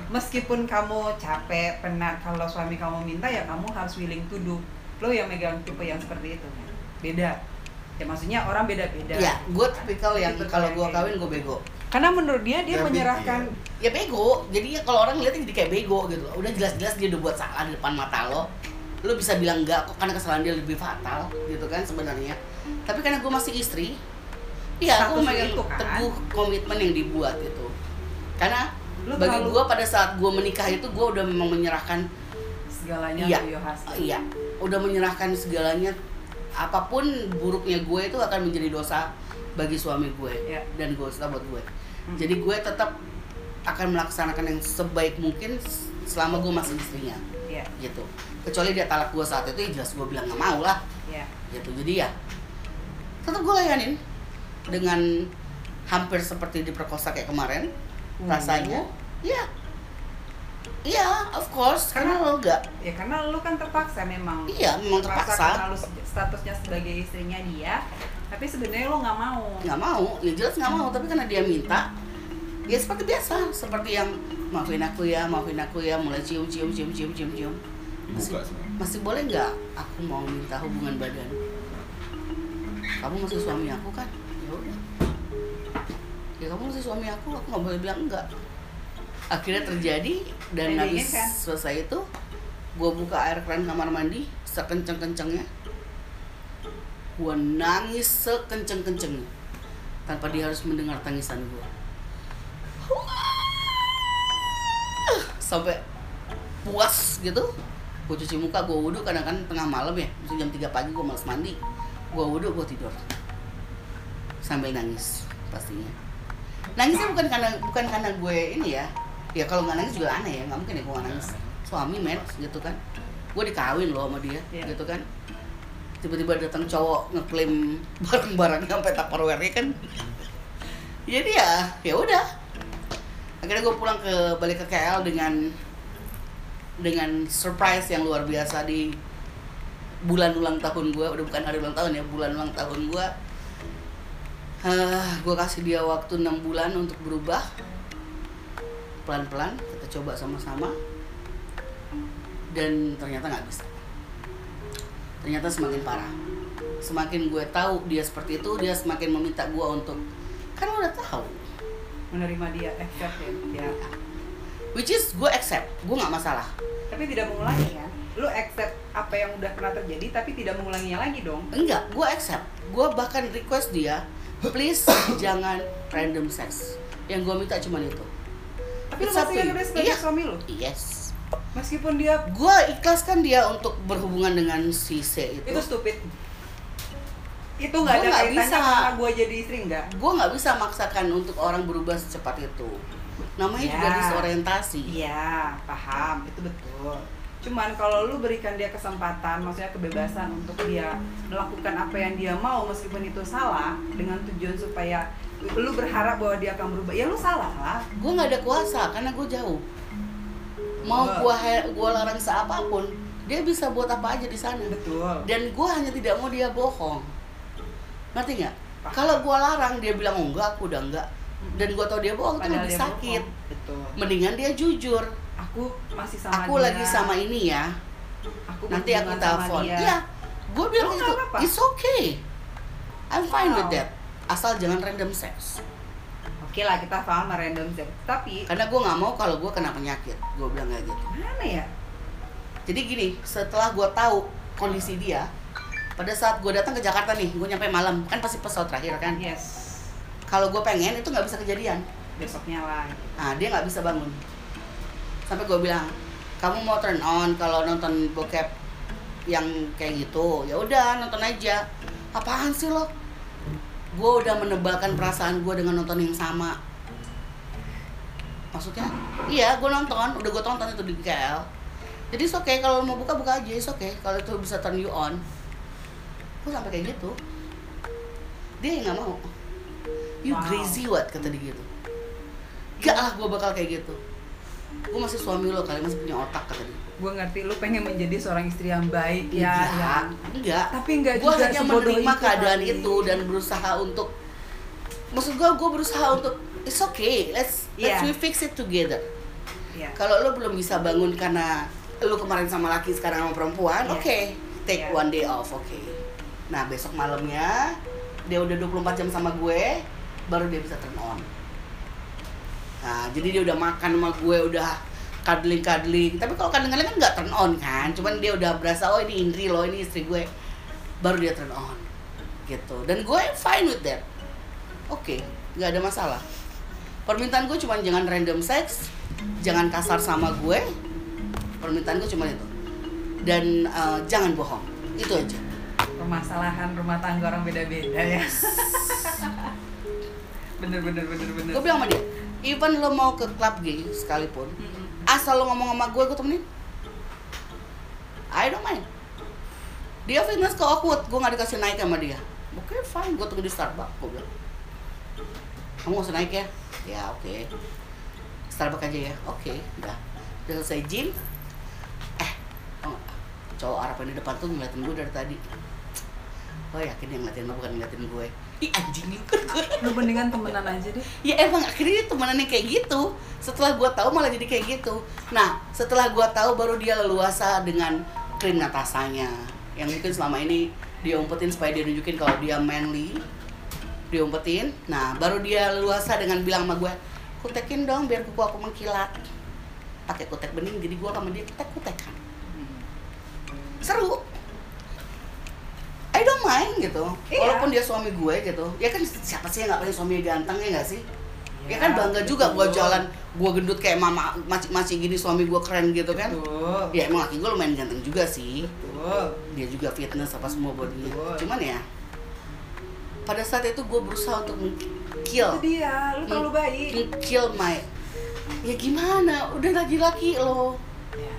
Meskipun kamu capek, penat, kalau suami kamu minta ya kamu harus willing to do. Lo yang megang tipe yang seperti itu kan? Beda. Ya maksudnya orang beda-beda. Ya, gue tipikal yang Tipe kalau kayak gue gitu. kawin gue bego. Karena menurut dia dia Ya, menyerahkan Ya bego, jadi ya kalau orang lihatnya jadi kayak bego gitu. Udah jelas-jelas dia udah buat salah di depan mata lo, lo bisa bilang enggak kok karena kesalahan dia lebih fatal gitu kan sebenarnya. Tapi karena gue masih istri, iya aku Status megang itu kan. teguh komitmen yang dibuat gitu. Karena Lu bagi terlalu- gue pada saat gue menikah itu gue udah memang menyerahkan, segalanya iya, to Yohasi. iya, udah menyerahkan segalanya. Apapun buruknya gue itu akan menjadi dosa bagi suami gue Iya. dan gue dosa buat gue. Hmm. Jadi gue tetap akan melaksanakan yang sebaik mungkin selama gue masih istrinya Iya, gitu. Kecuali dia talak gue saat itu ya jelas gue bilang nggak mau lah iya. gitu. Jadi ya tetap gue layanin dengan hampir seperti diperkosa kayak kemarin Hmm. rasanya. Iya, iya, of course. Karena lo enggak. Ya karena lu kan terpaksa memang. Iya, memang terpaksa. Karena lu statusnya sebagai istrinya dia, tapi sebenarnya lu nggak mau. Nggak mau, ya jelas nggak mau. Tapi karena dia minta, ya seperti biasa, seperti yang maafin aku ya, maafin aku ya, mulai cium, cium, cium, cium, cium, cium. Masih, Buka semua. masih boleh nggak? Aku mau minta hubungan badan. Kamu masih suami aku kan? Ya udah. Ya kamu masih suami aku, aku nggak boleh bilang enggak. Akhirnya terjadi dan Endingnya habis kan? selesai itu, gue buka air keran kamar mandi sekenceng-kencengnya. Gue nangis sekenceng-kencengnya tanpa dia harus mendengar tangisan gue. Sampai puas gitu. Gue cuci muka, gue wudhu, kadang kan tengah malam ya, misalnya jam tiga pagi gue malas mandi. Gue wudhu, gue tidur sambil nangis pastinya. Nangisnya bukan karena bukan karena gue ini ya. Ya kalau nggak nangis juga aneh ya, nggak mungkin ya gue nggak nangis. Suami men gitu kan. Gue dikawin loh sama dia, Iya. gitu kan. Tiba-tiba datang cowok ngeklaim barang-barangnya sampai Tupperware-nya kan. Jadi ya, ya udah. Akhirnya gue pulang ke balik ke K L dengan dengan surprise yang luar biasa di bulan ulang tahun gue. Udah bukan hari ulang tahun ya, bulan ulang tahun gue. Uh, gue kasih dia waktu enam bulan untuk berubah. Pelan-pelan kita coba sama-sama. Dan ternyata nggak bisa. Ternyata semakin parah. Semakin gue tahu dia seperti itu, dia semakin meminta gue untuk, kan udah tahu. Menerima dia, accept ya. Ya. Which is gue accept, gue nggak masalah. Tapi tidak mengulangi kan? Lu accept apa yang udah pernah terjadi, tapi tidak mengulanginya lagi dong. Enggak, gue accept. Gue bahkan request dia, please jangan random sex. Yang gue minta cuma itu. Tapi lu It's up masih to kan you. udah sebagai Iya. suami lu. Yes. Meskipun dia Gue ikhlaskan dia untuk berhubungan dengan si C itu. itu stupid. Itu nggak Gua ada nggak kaitannya bisa. sama gue jadi istri nggak. Gue nggak bisa maksakan untuk orang berubah secepat itu. Namanya juga Ya. disorientasi. Iya, paham, itu betul. Cuman kalau lu berikan dia kesempatan, maksudnya kebebasan untuk dia melakukan apa yang dia mau meskipun itu salah, dengan tujuan supaya lu berharap bahwa dia akan berubah, ya lu salah lah. Gue nggak ada kuasa karena gue jauh. Mau gue gue larang seapapun, dia bisa buat apa aja di sana. Betul. Dan gue hanya tidak mau dia bohong. Ngerti nggak? Paham. Kalau gue larang dia bilang oh, enggak, aku udah enggak. Dan gue tau dia bohong itu Padahal lebih dia sakit. bohong. Betul. Mendingan dia jujur. Aku masih sama Aku dia. lagi sama ini ya. Aku Nanti aku berhubungan sama telepon. dia. Iya. Gue bilang Oh, gitu. nggak apa-apa. It's okay. I'm fine with Wow. that. Asal jangan random sex. Oke lah, kita paham random sex. Tapi Karena gue nggak mau kalau gue kena penyakit. Gue bilang kayak gitu. mana ya? Jadi gini, setelah gue tahu kondisi dia, pada saat gue datang ke Jakarta nih, gue nyampe malam, kan pasti pesawat terakhir kan. Yes. Kalau gue pengen itu nggak bisa kejadian. Besoknya lah. Nah dia nggak bisa bangun. Sampai gue bilang, kamu mau turn on kalau nonton bokep yang kayak gitu, ya udah nonton aja. Apaan sih lo? Gue udah menebalkan perasaan gue dengan nonton yang sama. Maksudnya? Iya, gue nonton, udah gue tonton itu di K L. Jadi it's okay kalau lo mau buka buka aja, it's okay kalau itu bisa turn you on. Gue sampai kayak gitu. Dia yang nggak mau. You Wow. crazy what kata dia gitu. Gak lah gue bakal kayak gitu. Gue masih suami lo kali, masih punya otak kata dia. Gue ngerti lu pengen menjadi seorang istri yang baik ya, Enggak, yang enggak. tapi enggak Gue juga hanya sebodoh menerima itu keadaan kali. itu dan berusaha untuk, maksud gue gue berusaha untuk it's okay, let's let's Iya. we fix it together. Iya. Kalau lo belum bisa bangun karena lo kemarin sama laki, sekarang sama perempuan, Iya. oke, okay, take Iya. one day off, oke. Okay. Nah besok malamnya dia udah dua puluh empat jam sama gue, baru dia bisa turn on. Nah jadi dia udah makan sama gue, udah cuddling-cuddling. Tapi kalau kadang-kadang kan nggak turn on kan, cuman dia udah berasa oh ini Indri loh, ini istri gue, baru dia turn on gitu. Dan gue fine with that, oke, okay, nggak ada masalah. Permintaan gue cuma jangan random sex, jangan kasar sama gue. Permintaan gue cuma itu. Dan uh, jangan bohong. Itu aja. Permasalahan rumah tangga orang beda-beda ya. bener bener bener bener. Gue bilang sama dia, even lo mau ke klub gay sekalipun, Mm-mm. asal lo ngomong sama gue, gue temenin. I don't mind. Dia fitness ke Oakwood, gue gak dikasih naik sama dia. Oke, okay, fine, gue tunggu di Starbucks. Gue bilang, kamu gak usah naik ya? Ya oke, okay. Starbucks aja ya. Oke, okay, udah. Udah selesai gym. Eh, oh, cowok Arab yang di depan tuh ngeliatin gue dari tadi. Oh yakin dia ngeliatin lo, bukan ngeliatin gue. Ih anjing ikut gue. Lu mendingan temenan aja deh. Ya emang akhirnya temenannya kayak gitu. Setelah gue tahu malah jadi kayak gitu. Nah setelah gue tahu baru dia leluasa dengan krim Natasanya, yang mungkin selama ini dia umpetin supaya dia nunjukin kalau dia manly. Dia umpetin. Nah baru dia leluasa dengan bilang sama gue, kutekin dong biar kuku aku mengkilat. Pakai kutek bening, jadi gue sama dia kutek kutekan. Seru. I don't mind gitu, Iya. walaupun dia suami gue gitu. Ya kan siapa sih yang gak pengen suaminya ganteng, ya gak sih? Ya, Ya, kan bangga juga gue betul. jalan, gue gendut kayak mama macik-macik gini, suami gue keren gitu kan. Betul. Ya emang laki gue lumayan ganteng juga sih. Betul. Dia juga fitness apa semua bodinya. Betul. Cuman ya pada saat itu gue berusaha untuk kill Itu dia, lu terlalu baik. kill my. Ya gimana, udah laki-laki lo. Ya.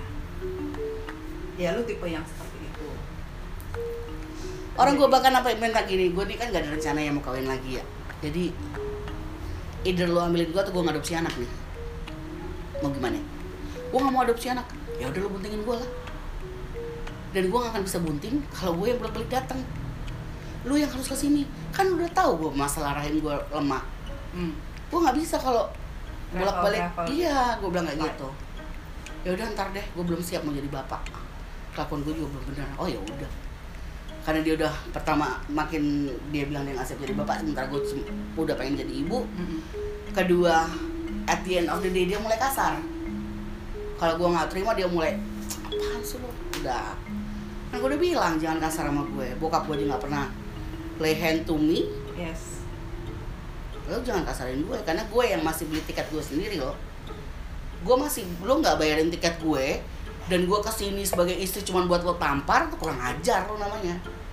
Ya lu tipe yang seperti itu. Orang gue bahkan apa minta gini, gue nih kan gak ada rencana yang mau kawin lagi ya. Jadi either lo ambilin gue atau gue ngadopsi anak nih. Mau gimana? Gue gak mau adopsi anak. Ya udah lo buntingin gue lah. Dan gue gak akan bisa bunting kalau gue yang bolak-balik datang. Lo yang harus kesini. Kan udah tahu gue masalah rahim gue lemah. Hmm. Gue nggak bisa kalau bolak-balik. Travel-travel. Iya, gue bilang kayak gitu. Ya udah ntar deh, gue belum siap mau jadi bapak. Kelakuan gue juga belum benar. Oh ya udah. Karena dia udah pertama makin dia bilang dia nggak siap jadi bapak, sementara gue sem- udah pengen jadi ibu. Mm-mm. Kedua, at the end of the day dia mulai kasar. Kalau gue nggak terima dia mulai apaan sih lo? Udah. Kan gue udah bilang jangan kasar sama gue. Bokap gue aja nggak pernah lay hand to me. Yes. Lo jangan kasarin gue, karena gue yang masih beli tiket gue sendiri loh. Gue masih, lo nggak bayarin tiket gue, dan gue kesini sebagai istri cuma buat lo tampar, itu kurang ajar lo namanya.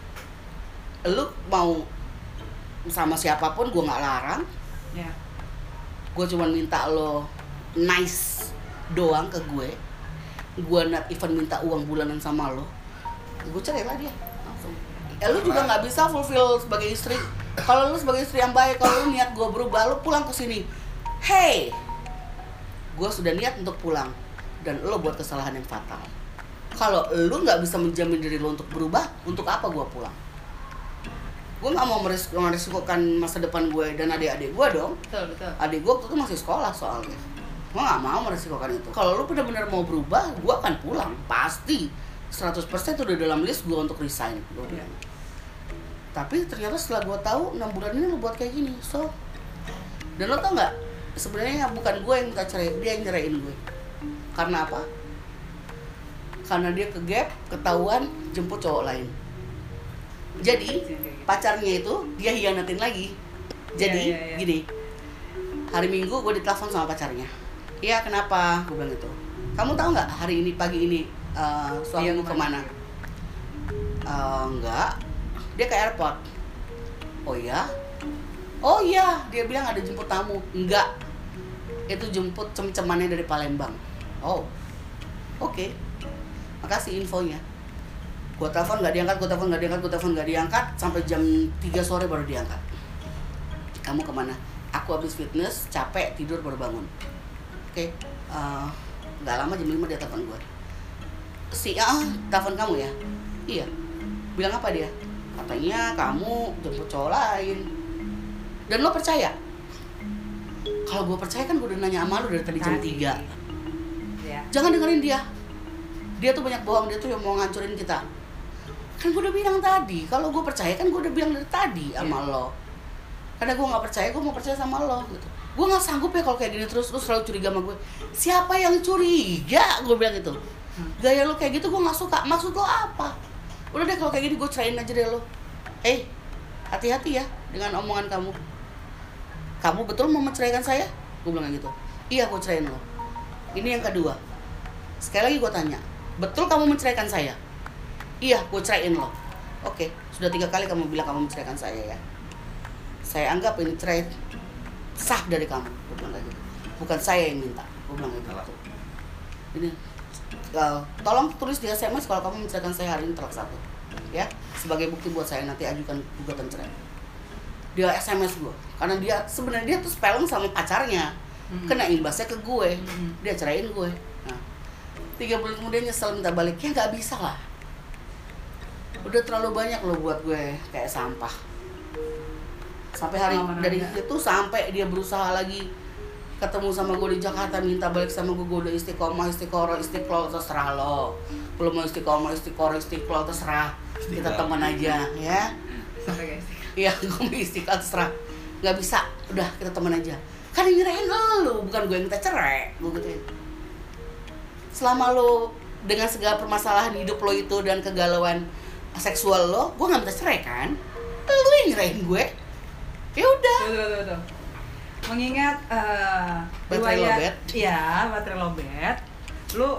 Lo mau sama siapapun gue nggak larang, Ya. gue cuma minta lo nice doang ke gue. Gue not even minta uang bulanan sama lo, gue cerai lah dia langsung. Ya lo juga nggak bisa fulfill sebagai istri. Kalau lu sebagai istri yang baik, kalau lu niat gue berubah, lu pulang ke sini. Hey, gue sudah niat untuk pulang, dan lu buat kesalahan yang fatal. Kalau lu nggak bisa menjamin diri lu untuk berubah, untuk apa gue pulang? Gue nggak mau meris- merisikokan masa depan gue dan adik-adik gue dong. Betul, betul. Adik gue waktu itu masih sekolah soalnya. Gue nggak mau merisikokan itu. Kalau lu benar-benar mau berubah, gue akan pulang, pasti. seratus persen itu udah dalam list gue untuk resign. Gue bilang. Tapi ternyata setelah gue tahu enam bulan ini lo buat kayak gini, so. Dan lo tau nggak, sebenarnya bukan gue yang minta cerai, dia yang nyeraiin gue. Karena apa? Karena dia ke gap, ketahuan, jemput cowok lain. Jadi pacarnya itu dia hianatin lagi. Jadi Iya, iya, iya. gini, hari Minggu gue ditelepon sama pacarnya. Iya kenapa? Gue bilang gitu. Kamu tahu nggak hari ini pagi ini uh, suamimu Dia kemana? Uh, enggak. Dia ke airport. Oh ya? Oh iya, dia bilang ada jemput tamu. Enggak. Itu jemput cem-cemannya dari Palembang. Oh. Oke. Okay. Makasih infonya. Gua telepon enggak diangkat, gua telepon enggak diangkat, gua telepon enggak diangkat sampai jam tiga sore baru diangkat. Kamu kemana? Aku habis fitness, capek, tidur baru bangun. Oke. Okay. Uh, enggak lama jam lima dia telepon gua. Si ah, telepon kamu ya? Iya. Bilang apa dia? Katanya kamu jemput cowok lain. Dan lo percaya? Kalau gue percaya kan gue udah nanya sama lo dari tadi jam Tadi. tiga. Jangan dengerin dia. Dia tuh banyak bohong, dia tuh yang mau ngancurin kita. Kan gue udah bilang tadi, kalau gue percaya kan gue udah bilang dari tadi sama lo. Karena gue nggak percaya, gue mau percaya sama lo gitu. Gue nggak sanggup ya kalau kayak gini terus, lu selalu curiga sama gue. Siapa yang curiga? Gue bilang gitu. Gaya lo kayak gitu gue nggak suka. Maksud lo apa? Udah deh kalau kayak gini gue ceraiin aja deh lo. Eh, hati-hati ya dengan omongan kamu. Kamu betul mau menceraikan saya? Gue bilang gitu. Iya, gue ceraiin lo. Ini yang kedua. Sekali lagi gue tanya, betul kamu menceraikan saya? Iya, gue ceraiin lo. Oke, sudah tiga kali kamu bilang kamu menceraikan saya ya. Saya anggap ini cerai sah dari kamu. Gue bilang kayak gitu. Bukan saya yang minta. Gue bilang kayak gitu. Ini, uh, tolong tulis di S M S kalau kamu menceraikan saya hari ini tolak satu. Ya, sebagai bukti buat saya nanti ajukan gugatan cerai. Dia S M S gue, karena dia sebenarnya dia tuh spelling sama pacarnya. Hmm. Kena imbasnya ke gue. Hmm. Dia ceraiin gue. Nah, tiga bulan kemudian nyesel minta balik. Ya nggak bisa lah. Udah terlalu banyak loh buat gue kayak sampah. Sampai hari oh, dari aja. Itu sampai dia berusaha lagi ketemu sama gue di Jakarta, minta balik sama gue. Gue udah istiqomah, istiqoroh, istiqlal, terserah lo. Belum mau istiqomah, istiqoroh, istiqlal, terserah. Kita teman aja ya. Sampai guys. Iya, gue mau istiqlal, terserah. Nggak bisa, udah kita teman aja. Kan yang nyerahin lo, bukan gue yang minta cerai. Gue gituin. Selama lo dengan segala permasalahan hidup lo itu dan kegalauan seksual lo, gue nggak minta cerai kan? Lo yang nyerahin gue. Ya udah. Betul, betul, betul. Mengingat uh, baterai lobet. Iya, baterai lobet. Lu,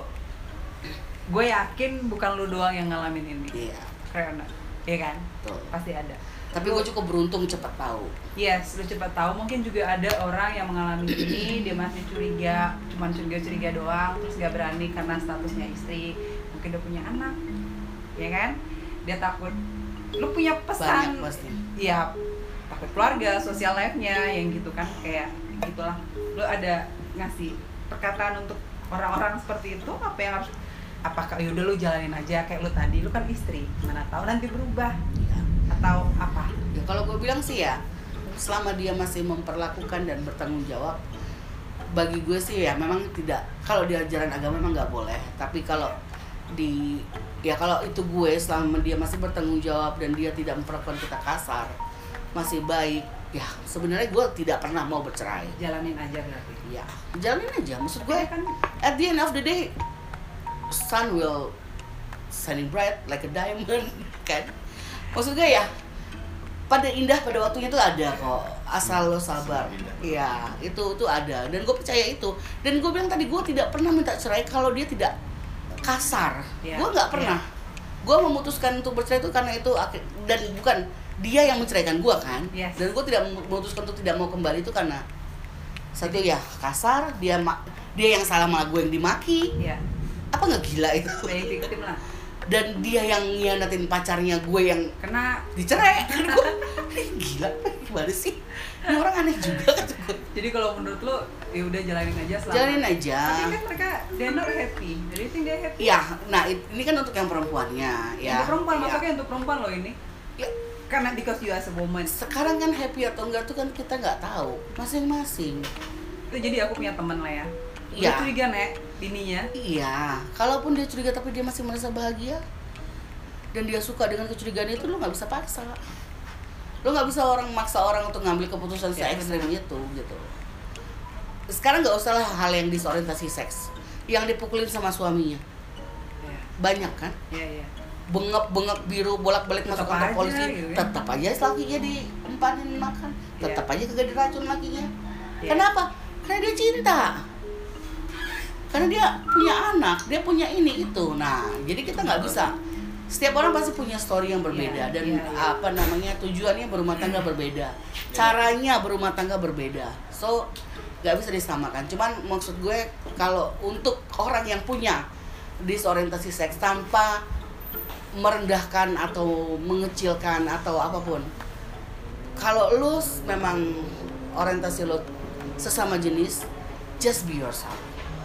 gue yakin bukan lu doang yang ngalamin ini. Iya. Karena, iya kan? Tuh. Pasti ada. Tapi gue cukup beruntung cepat tahu. Yes, lu cepat tahu. Mungkin juga ada orang yang mengalami ini, dia masih curiga, cuman curiga-curiga doang, terus gak berani karena statusnya istri, mungkin udah punya anak, ya kan? Dia takut. Lu punya pesan? Banyak pasti. Iya, takut keluarga, sosial life-nya, yang gitu kan, kayak gitulah. Lu ada ngasih perkataan untuk orang-orang seperti itu, apa yang harus? Apakah yaudah lu jalanin aja kayak lu tadi, lu kan istri, mana tahu nanti berubah? Iya. Atau apa? Ya kalau gue bilang sih ya, selama dia masih memperlakukan dan bertanggung jawab, bagi gue sih ya memang tidak. Kalau di ajaran agama memang nggak boleh. Tapi kalau di ya kalau itu gue selama dia masih bertanggung jawab dan dia tidak memperlakukan kita kasar, masih baik. Ya sebenarnya gue tidak pernah mau bercerai. Jalanin aja berarti. Ya jalanin aja. Maksud gue kan at the end of the day, sun will shining bright like a diamond, kan? Maksud gue ya, pada indah pada waktunya itu ada kok, asal lo sabar. Iya, itu itu ada dan gue percaya itu. Dan gue bilang tadi gue tidak pernah minta cerai kalau dia tidak kasar. Yeah. Gue nggak pernah. Yeah. Gue memutuskan untuk bercerai itu karena itu dan bukan dia yang menceraikan gue kan. Yes. Dan gue tidak memutuskan untuk tidak mau kembali itu karena satu ya kasar, dia dia yang salah malah gue yang dimaki. Yeah. Apa nggak gila itu? Kayak victim lah. Dan dia yang ngianatin pacarnya, gue yang kena dicerai. Kan gue gila, gimana sih? Ini orang aneh juga kan gue. Jadi kalau menurut lo, ya udah jalanin aja selama. Jalanin aja. Tapi kan mereka they're not happy. Jadi think they're happy. Iya, nah ini kan untuk yang perempuannya. Ya. Untuk perempuan, ya. Masuknya untuk perempuan lo ini. Ya. Karena because you as a woman. Sekarang kan happy atau enggak tuh kan kita nggak tahu, masing-masing. Itu jadi aku punya teman lah ya. Iya. Dia curiga nek, bininya. Iya. Kalaupun dia curiga tapi dia masih merasa bahagia dan dia suka dengan kecurigaan itu, lo nggak bisa paksa. Lo nggak bisa orang maksa orang untuk ngambil keputusan ya, se-ekstrem itu gitu. Sekarang nggak usah lah hal yang disorientasi seks, yang dipukulin sama suaminya. Ya. Banyak kan? Iya iya. Bengep-bengep biru bolak-balik masuk kantor polisi, gitu, kan? Tetap aja lakinya diempanin makan, tetap ya. Aja kagak diracun lakinya. Ya. Kenapa? Karena dia cinta. Karena dia punya anak, dia punya ini itu. Nah, jadi kita nggak bisa. Setiap orang pasti punya story yang berbeda yeah, dan yeah, yeah. apa namanya tujuannya berumah tangga berbeda, caranya berumah tangga berbeda. So nggak bisa disamakan. Cuman maksud gue kalau untuk orang yang punya disorientasi seks tanpa merendahkan atau mengecilkan atau apapun, kalau lu memang orientasi lo sesama jenis, just be yourself.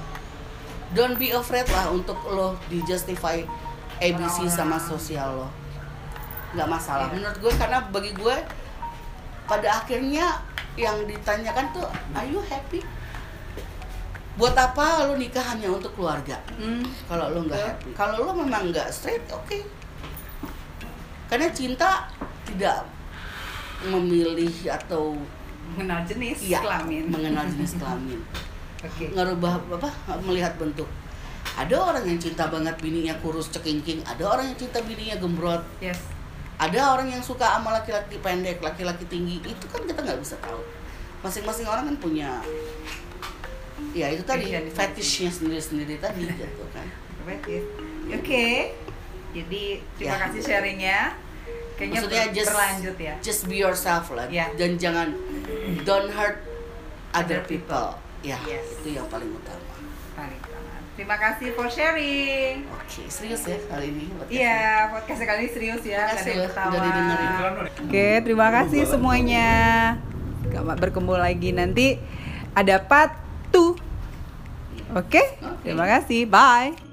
Don't be afraid lah untuk lo di justify A B C sama sosial lo. Nggak masalah menurut gue, karena bagi gue pada akhirnya yang ditanyakan tuh are you happy? Buat apa lo nikah hanya untuk keluarga? Hmm. Kalau lo nggak happy, kalau lo memang nggak straight, oke. Okay. Karena cinta tidak memilih atau Mengenal jenis ya, kelamin. mengenal jenis kelamin. Oke. Ngerubah apa? Melihat bentuk. Ada orang yang cinta banget bininya kurus cekingking, ada orang yang cinta bininya gembrot. Yes. Ada orang yang suka sama laki-laki pendek, laki-laki tinggi. Itu kan kita nggak bisa tahu. Masing-masing orang kan punya, ya itu tadi Fetish. fetishnya sendiri-sendiri tadi gitu kan. Oke. Oke. Jadi terima Ya. kasih sharingnya. Kayaknya Maksudnya ber- just berlanjut ya. just be yourself lah. Ya. Dan jangan don't hurt other Other people. people. Ya, Yes. itu yang paling utama. Paling utama. Terima kasih for sharing. Oke, serius ya kali ini podcastnya. Iya, podcast kali ini serius ya. Terima nggak ada kasih yang loh, ketawa. udah didengerin. Oke, terima kasih semuanya. Selamat berkumpul lagi nanti ada part two. Oke, Oke. terima kasih. Bye.